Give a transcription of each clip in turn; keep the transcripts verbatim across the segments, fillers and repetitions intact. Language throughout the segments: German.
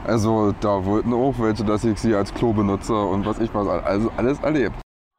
Also da wollten auch welche, dass ich sie als Klo benutze und was ich was, also alles erlebt.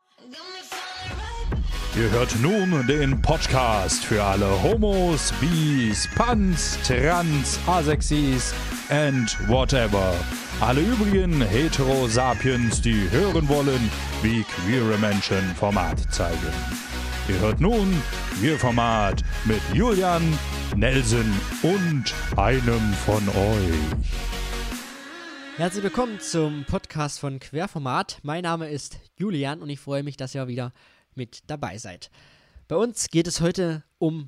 Ihr hört nun den Podcast für alle Homos, Bis, Pans, Trans, Asexis and whatever. Alle übrigen Heterosapiens, die hören wollen, wie queere Menschen Format zeigen. Ihr hört nun Queerformat mit Julian, Nelson und einem von euch. Herzlich willkommen zum Podcast von Querformat. Mein Name ist Julian und ich freue mich, dass ihr wieder mit dabei seid. Bei uns geht es heute um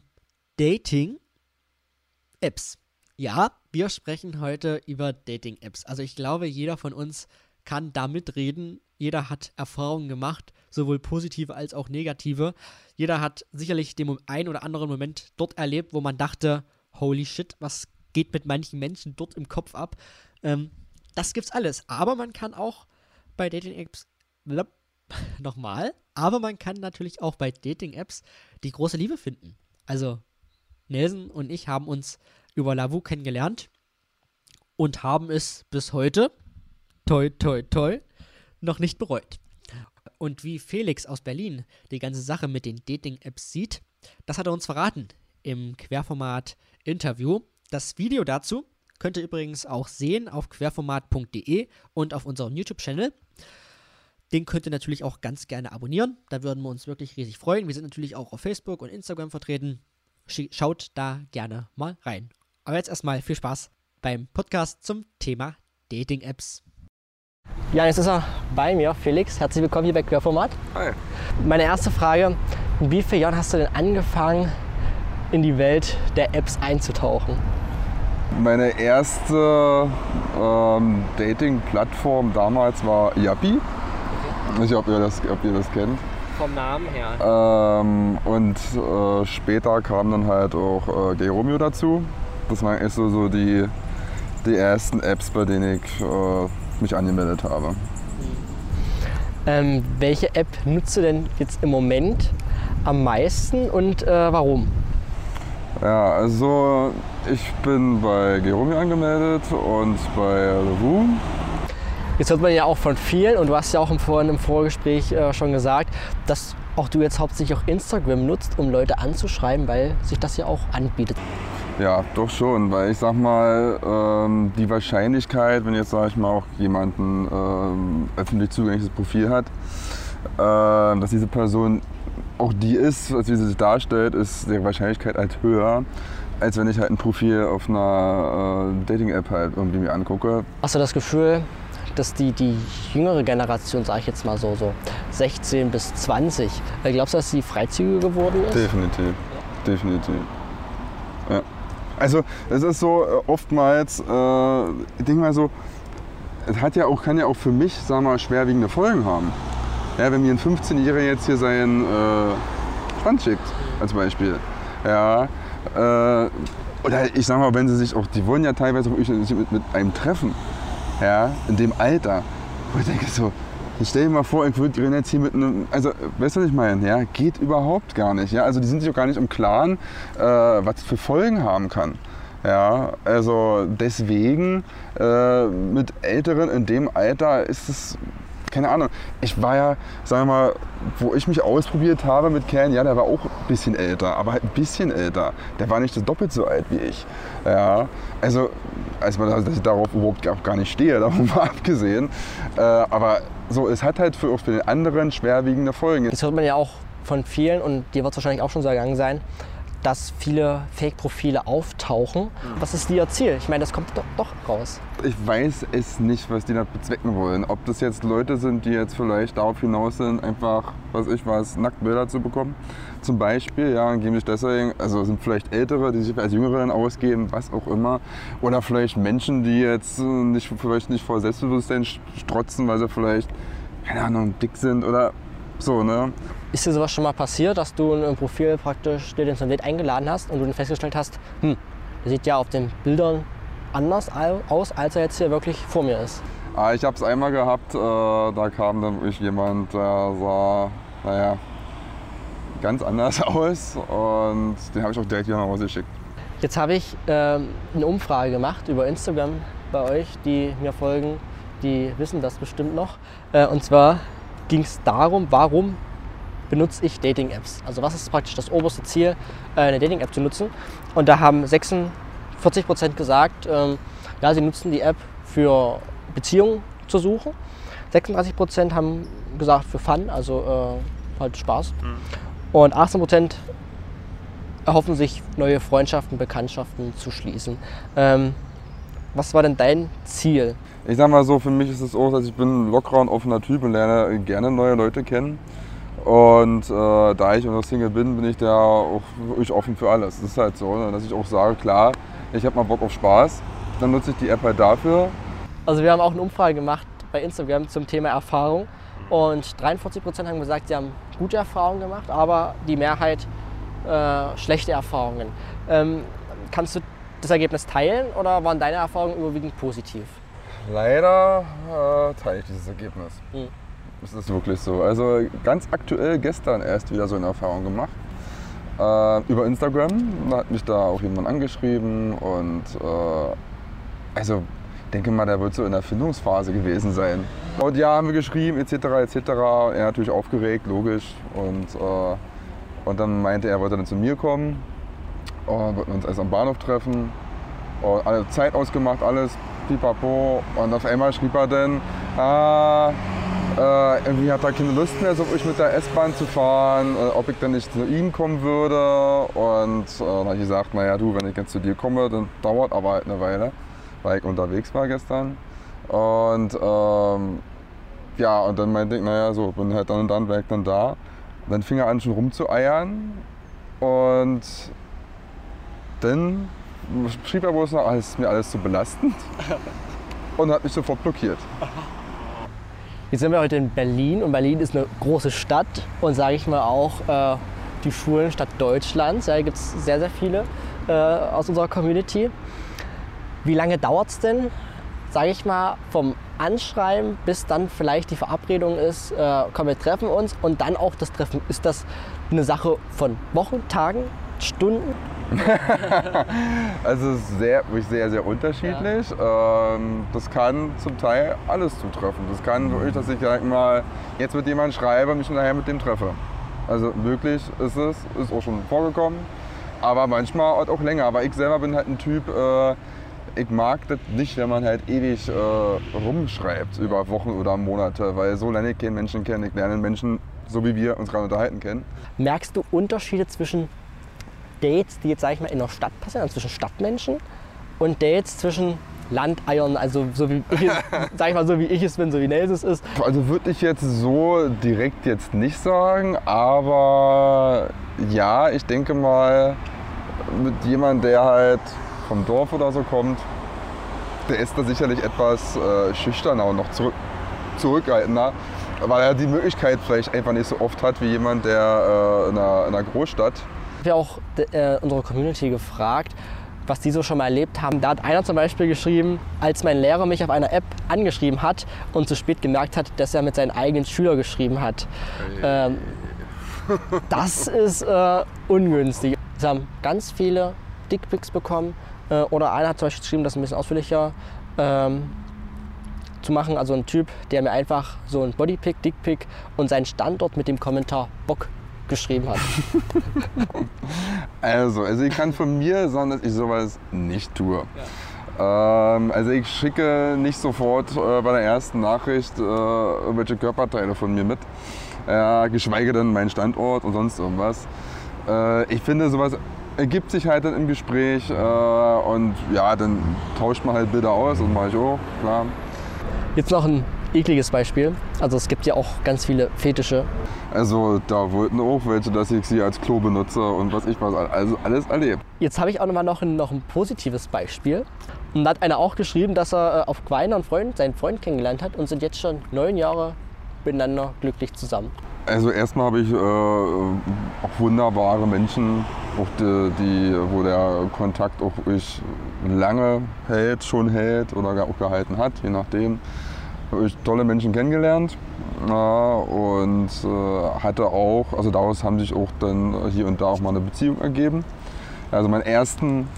Dating-Apps. Ja, wir sprechen heute über Dating-Apps. Also ich glaube, jeder von uns kann da mitreden. Jeder hat Erfahrungen gemacht, sowohl positive als auch negative. Jeder hat sicherlich den einen oder anderen Moment dort erlebt, wo man dachte, holy shit, was geht mit manchen Menschen dort im Kopf ab? Ähm, das gibt's alles. Aber man kann auch bei Dating-Apps, nochmal, aber man kann natürlich auch bei Dating-Apps die große Liebe finden. Also Nelson und ich haben uns über Lavu kennengelernt und haben es bis heute, toi toi toi, noch nicht bereut. Und wie Felix aus Berlin die ganze Sache mit den Dating-Apps sieht, das hat er uns verraten im Querformat-Interview. Das Video dazu könnt ihr übrigens auch sehen auf querformat punkt de und auf unserem YouTube-Channel. Den könnt ihr natürlich auch ganz gerne abonnieren. Da würden wir uns wirklich riesig freuen. Wir sind natürlich auch auf Facebook und Instagram vertreten. Schaut da gerne mal rein. Aber jetzt erstmal viel Spaß beim Podcast zum Thema Dating-Apps. Ja, jetzt ist er bei mir, Felix. Herzlich willkommen hier bei Querformat. Hi. Meine erste Frage, in wie vielen Jahren hast du denn angefangen, in die Welt der Apps einzutauchen? Meine erste ähm, Dating-Plattform damals war Yappi. Ich weiß nicht, ob ihr das, ob ihr das kennt. Vom Namen her. Ähm, und äh, später kam dann halt auch äh, Gay Romeo dazu. Das waren echt so, so die, die ersten Apps, bei denen ich äh, mich angemeldet habe. Ähm, welche App nutzt du denn jetzt im Moment am meisten und äh, warum? Ja, also ich bin bei Gay Romeo angemeldet und bei Lavu. Jetzt hört man ja auch von vielen, und du hast ja auch im, vorhin im Vorgespräch äh, schon gesagt, dass auch du jetzt hauptsächlich auch Instagram nutzt, um Leute anzuschreiben, weil sich das ja auch anbietet. Ja, doch schon, weil ich sag mal, ähm, die Wahrscheinlichkeit, wenn jetzt sag ich mal auch jemand ein ähm, öffentlich zugängliches Profil hat, äh, dass diese Person auch die ist, als wie sie sich darstellt, ist die Wahrscheinlichkeit halt höher, als wenn ich halt ein Profil auf einer äh, Dating-App halt irgendwie mir angucke. Hast du das Gefühl, dass die, die jüngere Generation, sage ich jetzt mal so, so sechzehn bis zwanzig, glaubst du, dass sie freizügiger geworden ist? Definitiv, definitiv. Ja. Also es ist so oftmals, äh, ich denke mal so, es hat ja auch, kann ja auch für mich, sagen wir mal, schwerwiegende Folgen haben. Ja, wenn mir ein fünfzehnjähriger jetzt hier seinen äh, Stand schickt, als Beispiel. Ja, äh, oder ich sag mal, wenn sie sich auch, die wollen ja teilweise auch mit, mit einem treffen. Ja, in dem Alter, wo ich denke so, ich stell dir mal vor, ich würde jetzt hier mit einem, also weißt du, was ich meine, ja, geht überhaupt gar nicht, ja, also die sind sich auch gar nicht im Klaren, äh, was für Folgen haben kann, ja, also deswegen äh, mit Älteren in dem Alter ist es, keine Ahnung, ich war ja, sagen wir mal, wo ich mich ausprobiert habe mit Kerlen, ja, der war auch ein bisschen älter, aber halt ein bisschen älter. Der war nicht so doppelt so alt wie ich. Ja, also, also dass ich darauf überhaupt auch gar nicht stehe, davon mal abgesehen. Äh, aber so, es hat halt für, auch für den anderen schwerwiegende Folgen. Das hört man ja auch von vielen, und dir wird es wahrscheinlich auch schon so ergangen sein, dass viele Fake-Profile auftauchen. Was ist ihr Ziel? Ich meine, das kommt doch, doch raus. Ich weiß es nicht, was die da bezwecken wollen. Ob das jetzt Leute sind, die jetzt vielleicht darauf hinaus sind, einfach, was ich weiß, Nacktbilder zu bekommen. Zum Beispiel, ja, und geben sich deswegen, also sind vielleicht Ältere, die sich als Jüngere dann ausgeben, was auch immer. Oder vielleicht Menschen, die jetzt nicht, vielleicht nicht vor Selbstbewusstsein strotzen, weil sie vielleicht, keine Ahnung, dick sind oder so, ne? Ist dir sowas schon mal passiert, dass du ein Profil praktisch dir zum Date eingeladen hast und du dann festgestellt hast, hm, der sieht ja auf den Bildern anders aus, als er jetzt hier wirklich vor mir ist? Ah, ich habe es einmal gehabt, äh, da kam dann wirklich jemand, der sah, naja, ganz anders aus, und den habe ich auch direkt wieder nach Hause geschickt. Jetzt habe ich äh, eine Umfrage gemacht über Instagram bei euch, die mir folgen, die wissen das bestimmt noch. Äh, und zwar ging es darum, warum benutze ich Dating-Apps? Also was ist praktisch das oberste Ziel, äh, eine Dating-App zu nutzen? Und da haben sechsundvierzig Prozent gesagt, ähm, ja, sie nutzen die App für Beziehungen zu suchen. sechsunddreißig Prozent haben gesagt für Fun, also äh, halt Spaß. Mhm. Und achtzehn Prozent erhoffen sich neue Freundschaften, Bekanntschaften zu schließen. Ähm, was war denn dein Ziel? Ich sag mal so, für mich ist es auch, dass ich bin ein lockerer und offener Typ und lerne gerne neue Leute kennen. Und äh, da ich noch Single bin, bin ich da auch wirklich offen für alles. Das ist halt so, ne? Dass ich auch sage, klar, ich habe mal Bock auf Spaß, dann nutze ich die App halt dafür. Also wir haben auch eine Umfrage gemacht bei Instagram zum Thema Erfahrung und dreiundvierzig Prozent haben gesagt, sie haben gute Erfahrungen gemacht, aber die Mehrheit äh, schlechte Erfahrungen. Ähm, kannst du das Ergebnis teilen oder waren deine Erfahrungen überwiegend positiv? Leider äh, teile ich dieses Ergebnis. Mhm. Das ist wirklich so. Also ganz aktuell gestern erst wieder so eine Erfahrung gemacht. Äh, über Instagram, da hat mich da auch jemand angeschrieben und äh, also ich denke mal, der wird so in der Findungsphase gewesen sein. Und ja, haben wir geschrieben, et cetera et cetera. Er natürlich aufgeregt, logisch. Und, äh, und dann meinte er, er wollte dann zu mir kommen und wollten uns also am Bahnhof treffen. Und alle Zeit ausgemacht, alles, pipapo. Und auf einmal schrieb er dann, ah, äh, irgendwie hat er keine Lust mehr, so ich mit der S-Bahn zu fahren, äh, ob ich dann nicht zu ihm kommen würde. Und äh, dann habe ich gesagt, naja du, wenn ich jetzt zu dir komme, dann dauert aber halt eine Weile, weil ich unterwegs war gestern. Und ähm, ja, und dann meinte ich, naja, so, bin halt dann und dann, war ich dann da. Und dann fing er an schon rumzueiern und dann schrieb er bloß noch, es ist mir alles zu belastend und hat mich sofort blockiert. Jetzt sind wir heute in Berlin und Berlin ist eine große Stadt und sage ich mal auch äh, die Schwulenstadt Deutschlands. Ja, da gibt es sehr, sehr viele äh, aus unserer Community. Wie lange dauert es denn, sage ich mal, vom Anschreiben bis dann vielleicht die Verabredung ist, äh, komm, wir treffen uns und dann auch das Treffen? Ist das eine Sache von Wochen, Tagen, Stunden? Also es ist sehr, wirklich sehr, sehr unterschiedlich. Ja. Ähm, das kann zum Teil alles zutreffen. Das kann wirklich, dass ich sag mal, jetzt mit jemandem schreibe und mich nachher mit dem treffe. Also möglich ist es, ist auch schon vorgekommen, aber manchmal halt auch länger. Aber ich selber bin halt ein Typ, äh, ich mag das nicht, wenn man halt ewig äh, rumschreibt über Wochen oder Monate, weil so lerne ich keinen Menschen kennen. Ich lerne Menschen, so wie wir uns gerade unterhalten, kennen. Merkst du Unterschiede zwischen Dates, die jetzt, sag ich mal, in der Stadt passieren, also zwischen Stadtmenschen und Dates zwischen Landeiern, also so wie ich, sag ich mal, so wie ich es bin, so wie Nels es ist? Also würde ich jetzt so direkt jetzt nicht sagen, aber ja, ich denke mal, mit jemandem, der halt vom Dorf oder so kommt, der ist da sicherlich etwas äh, schüchterner und noch zurück, zurückhaltender, weil er die Möglichkeit vielleicht einfach nicht so oft hat wie jemand, der äh, in, einer, in einer Großstadt. Ich habe auch äh, unsere Community gefragt, was die so schon mal erlebt haben. Da hat einer zum Beispiel geschrieben, als mein Lehrer mich auf einer App angeschrieben hat und zu spät gemerkt hat, dass er mit seinen eigenen Schülern geschrieben hat. Hey. Ähm, das ist äh, ungünstig. Sie haben ganz viele Dickpics bekommen. Äh, oder einer hat zum Beispiel geschrieben, das ein bisschen ausführlicher ähm, zu machen. Also ein Typ, der mir einfach so ein Bodypic, Dickpic und seinen Standort mit dem Kommentar Bock geschrieben hat. Also, also ich kann von mir sagen, dass ich sowas nicht tue. Ja. Ähm, also ich schicke nicht sofort äh, bei der ersten Nachricht äh, irgendwelche Körperteile von mir mit, äh, geschweige denn meinen Standort und sonst irgendwas. Äh, ich finde, sowas ergibt sich halt dann im Gespräch äh, und ja, dann tauscht man halt Bilder aus und mache ich auch, klar. Jetzt noch ein ekliges Beispiel. Also es gibt ja auch ganz viele Fetische. Also da wollten auch welche, dass ich sie als Klo benutze und was ich was, also alles erlebt. Jetzt habe ich auch noch mal noch ein, noch ein positives Beispiel. Und da hat einer auch geschrieben, dass er auf Quine einen Freund, seinen Freund kennengelernt hat und sind jetzt schon neun Jahre miteinander glücklich zusammen. Also erstmal habe ich äh, auch wunderbare Menschen, auch die, die, wo der Kontakt auch wirklich lange hält, schon hält oder auch gehalten hat, je nachdem. Habe ich tolle Menschen kennengelernt ja, und äh, hatte auch, also daraus haben sich auch dann hier und da auch mal eine Beziehung ergeben. Also meinen ersten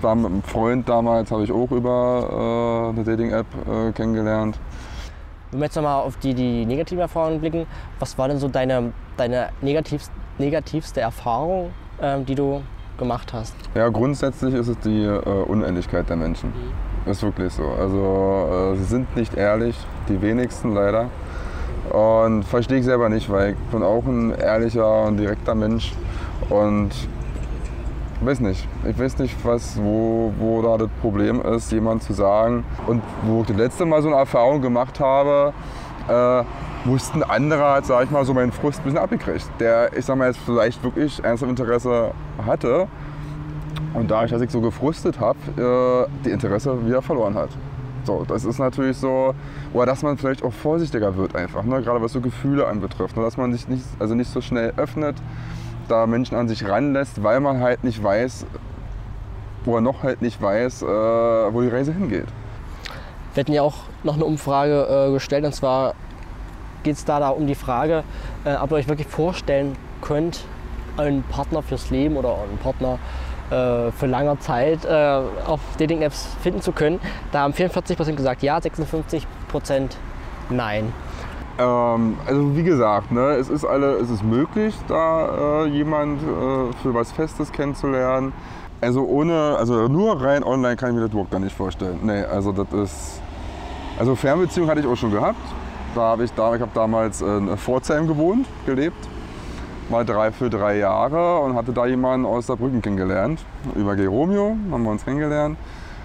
war mit einem Freund damals, habe ich auch über äh, eine Dating-App äh, kennengelernt. Wenn wir jetzt nochmal auf die, die negativen Erfahrungen blicken, was war denn so deine, deine negativst, negativste Erfahrung, ähm, die du gemacht hast? Ja, grundsätzlich ist es die äh, Unendlichkeit der Menschen. Mhm. Ist wirklich so. Also äh, sie sind nicht ehrlich, die wenigsten leider. Und verstehe ich selber nicht, weil ich bin auch ein ehrlicher und direkter Mensch. Und ich weiß nicht, ich weiß nicht, was, wo, wo da das Problem ist, jemand zu sagen. Und wo ich das letzte Mal so eine Erfahrung gemacht habe, äh, mussten andere, sag ich mal, so meinen Frust ein bisschen abgekriegt. Der, ich sag mal, jetzt vielleicht wirklich ernsthaft Interesse hatte. Und dadurch, dass ich so gefrustet habe, äh, die Interesse wieder verloren hat. So, das ist natürlich so, oder dass man vielleicht auch vorsichtiger wird einfach, ne? Gerade was so Gefühle anbetrifft, ne? Dass man sich nicht, also nicht so schnell öffnet, da Menschen an sich ranlässt, weil man halt nicht weiß, oder noch halt nicht weiß, äh, wo die Reise hingeht. Wir hatten ja auch noch eine Umfrage äh, gestellt, und zwar geht es da, da um die Frage, äh, ob ihr euch wirklich vorstellen könnt, einen Partner fürs Leben oder einen Partner äh, für lange Zeit äh, auf Dating-Apps finden zu können. Da haben vierundvierzig Prozent gesagt ja, sechsundfünfzig Prozent nein. Ähm, also wie gesagt, ne, es ist alle, es ist möglich, da äh, jemand äh, für was Festes kennenzulernen. Also ohne, also nur rein online kann ich mir das überhaupt gar nicht vorstellen. Nee, also das ist, also Fernbeziehung hatte ich auch schon gehabt. Da habe ich, da, ich habe damals in Pforzheim gewohnt, gelebt, mal drei für drei Jahre und hatte da jemanden aus Saarbrücken kennengelernt. Über Geromeo haben wir uns kennengelernt.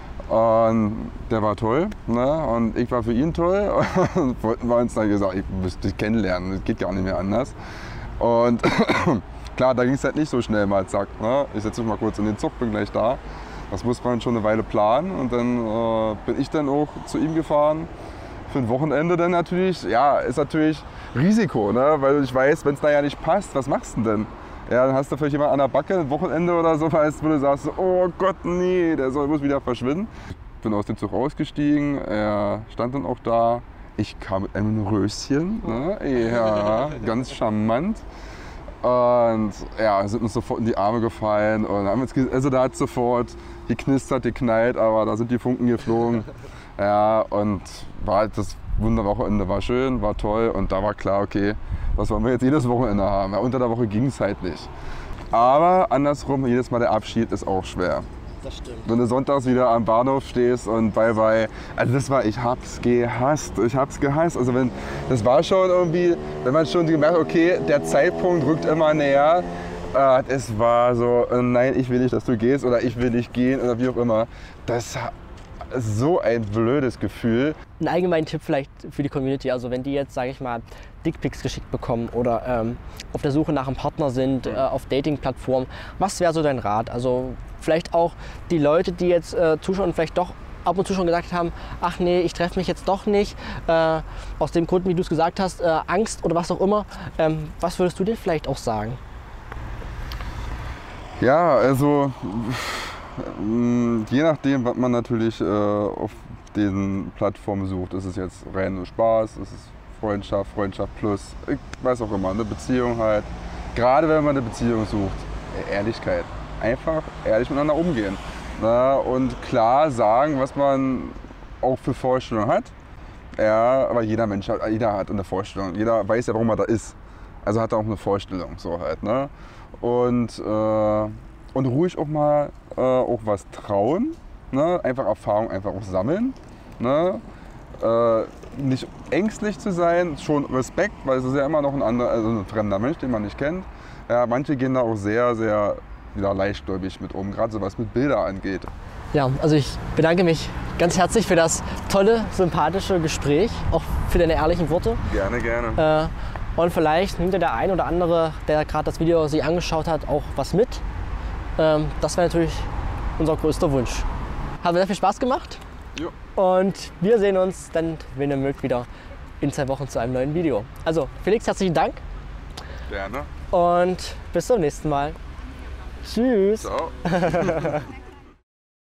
Und der war toll, ne? Und ich war für ihn toll. Und wollten wir uns dann gesagt, ich müsste dich kennenlernen, das geht gar nicht mehr anders. Und klar, da ging es halt nicht so schnell mal, zack, ne? Ich setze mich mal kurz in den Zug, bin gleich da. Das muss man schon eine Weile planen. Und dann äh, bin ich dann auch zu ihm gefahren. Für ein Wochenende dann natürlich, ja, ist natürlich Risiko, ne? Weil ich weiß, wenn es da ja nicht passt, was machst du denn? Ja, dann hast du vielleicht jemand an der Backe, ein Wochenende oder so, weißt, wo du sagst, oh Gott, nee, der soll, muss wieder verschwinden. Ich bin aus dem Zug ausgestiegen, er stand dann auch da. Ich kam mit einem Röschen, ne? Ja, ganz charmant. Und ja, sind uns sofort in die Arme gefallen. Und haben uns, also da hat es sofort geknistert, geknallt, aber da sind die Funken geflogen. Ja, und war das Wunderwochenende war schön, war toll und da war klar, okay, das wollen wir jetzt jedes Wochenende haben. Ja, unter der Woche ging es halt nicht. Aber andersrum, jedes Mal der Abschied ist auch schwer. Das stimmt. Wenn du sonntags wieder am Bahnhof stehst und bye bye. Also das war, ich hab's gehasst, ich hab's gehasst. Also wenn, das war schon irgendwie, wenn man schon gemerkt hat, okay, der Zeitpunkt rückt immer näher. Äh, es war so, äh, nein, ich will nicht, dass du gehst oder ich will nicht gehen oder wie auch immer. Das so ein blödes Gefühl. Ein allgemeiner Tipp vielleicht für die Community, also wenn die jetzt, sage ich mal, Dickpics geschickt bekommen oder ähm, auf der Suche nach einem Partner sind, äh, auf Dating-Plattformen, was wäre so dein Rat? Also vielleicht auch die Leute, die jetzt äh, zuschauen und vielleicht doch ab und zu schon gesagt haben, ach nee, ich treffe mich jetzt doch nicht, äh, aus dem Grund, wie du es gesagt hast, äh, Angst oder was auch immer. Ähm, was würdest du dir vielleicht auch sagen? Ja, also je nachdem, was man natürlich äh, auf den Plattformen sucht, ist es jetzt rein nur Spaß, ist es Freundschaft, Freundschaft plus, ich weiß auch immer, eine Beziehung halt. Gerade wenn man eine Beziehung sucht, Ehrlichkeit. Einfach ehrlich miteinander umgehen. Na, und klar sagen, was man auch für Vorstellungen hat. Ja, aber jeder Mensch hat, jeder hat eine Vorstellung. Jeder weiß ja, warum er da ist. Also hat er auch eine Vorstellung, so halt. Ne? Und, äh, und ruhig auch mal äh, auch was trauen. Ne? Einfach Erfahrung einfach auch sammeln. Ne? Äh, nicht ängstlich zu sein, schon Respekt, weil es ist ja immer noch ein anderer, also ein fremder Mensch, den man nicht kennt. Ja, manche gehen da auch sehr, sehr wieder leichtgläubig mit um, gerade so was mit Bilder angeht. Ja, also ich bedanke mich ganz herzlich für das tolle, sympathische Gespräch, auch für deine ehrlichen Worte. Gerne, gerne. Äh, und vielleicht nimmt ja der ein oder andere, der gerade das Video sich angeschaut hat, auch was mit. Ähm, das wäre natürlich unser größter Wunsch. Hat mir sehr viel Spaß gemacht. Jo. Und wir sehen uns dann, wenn ihr mögt, wieder in zwei Wochen zu einem neuen Video. Also Felix, herzlichen Dank. Gerne. Und bis zum nächsten Mal. Tschüss. Ciao.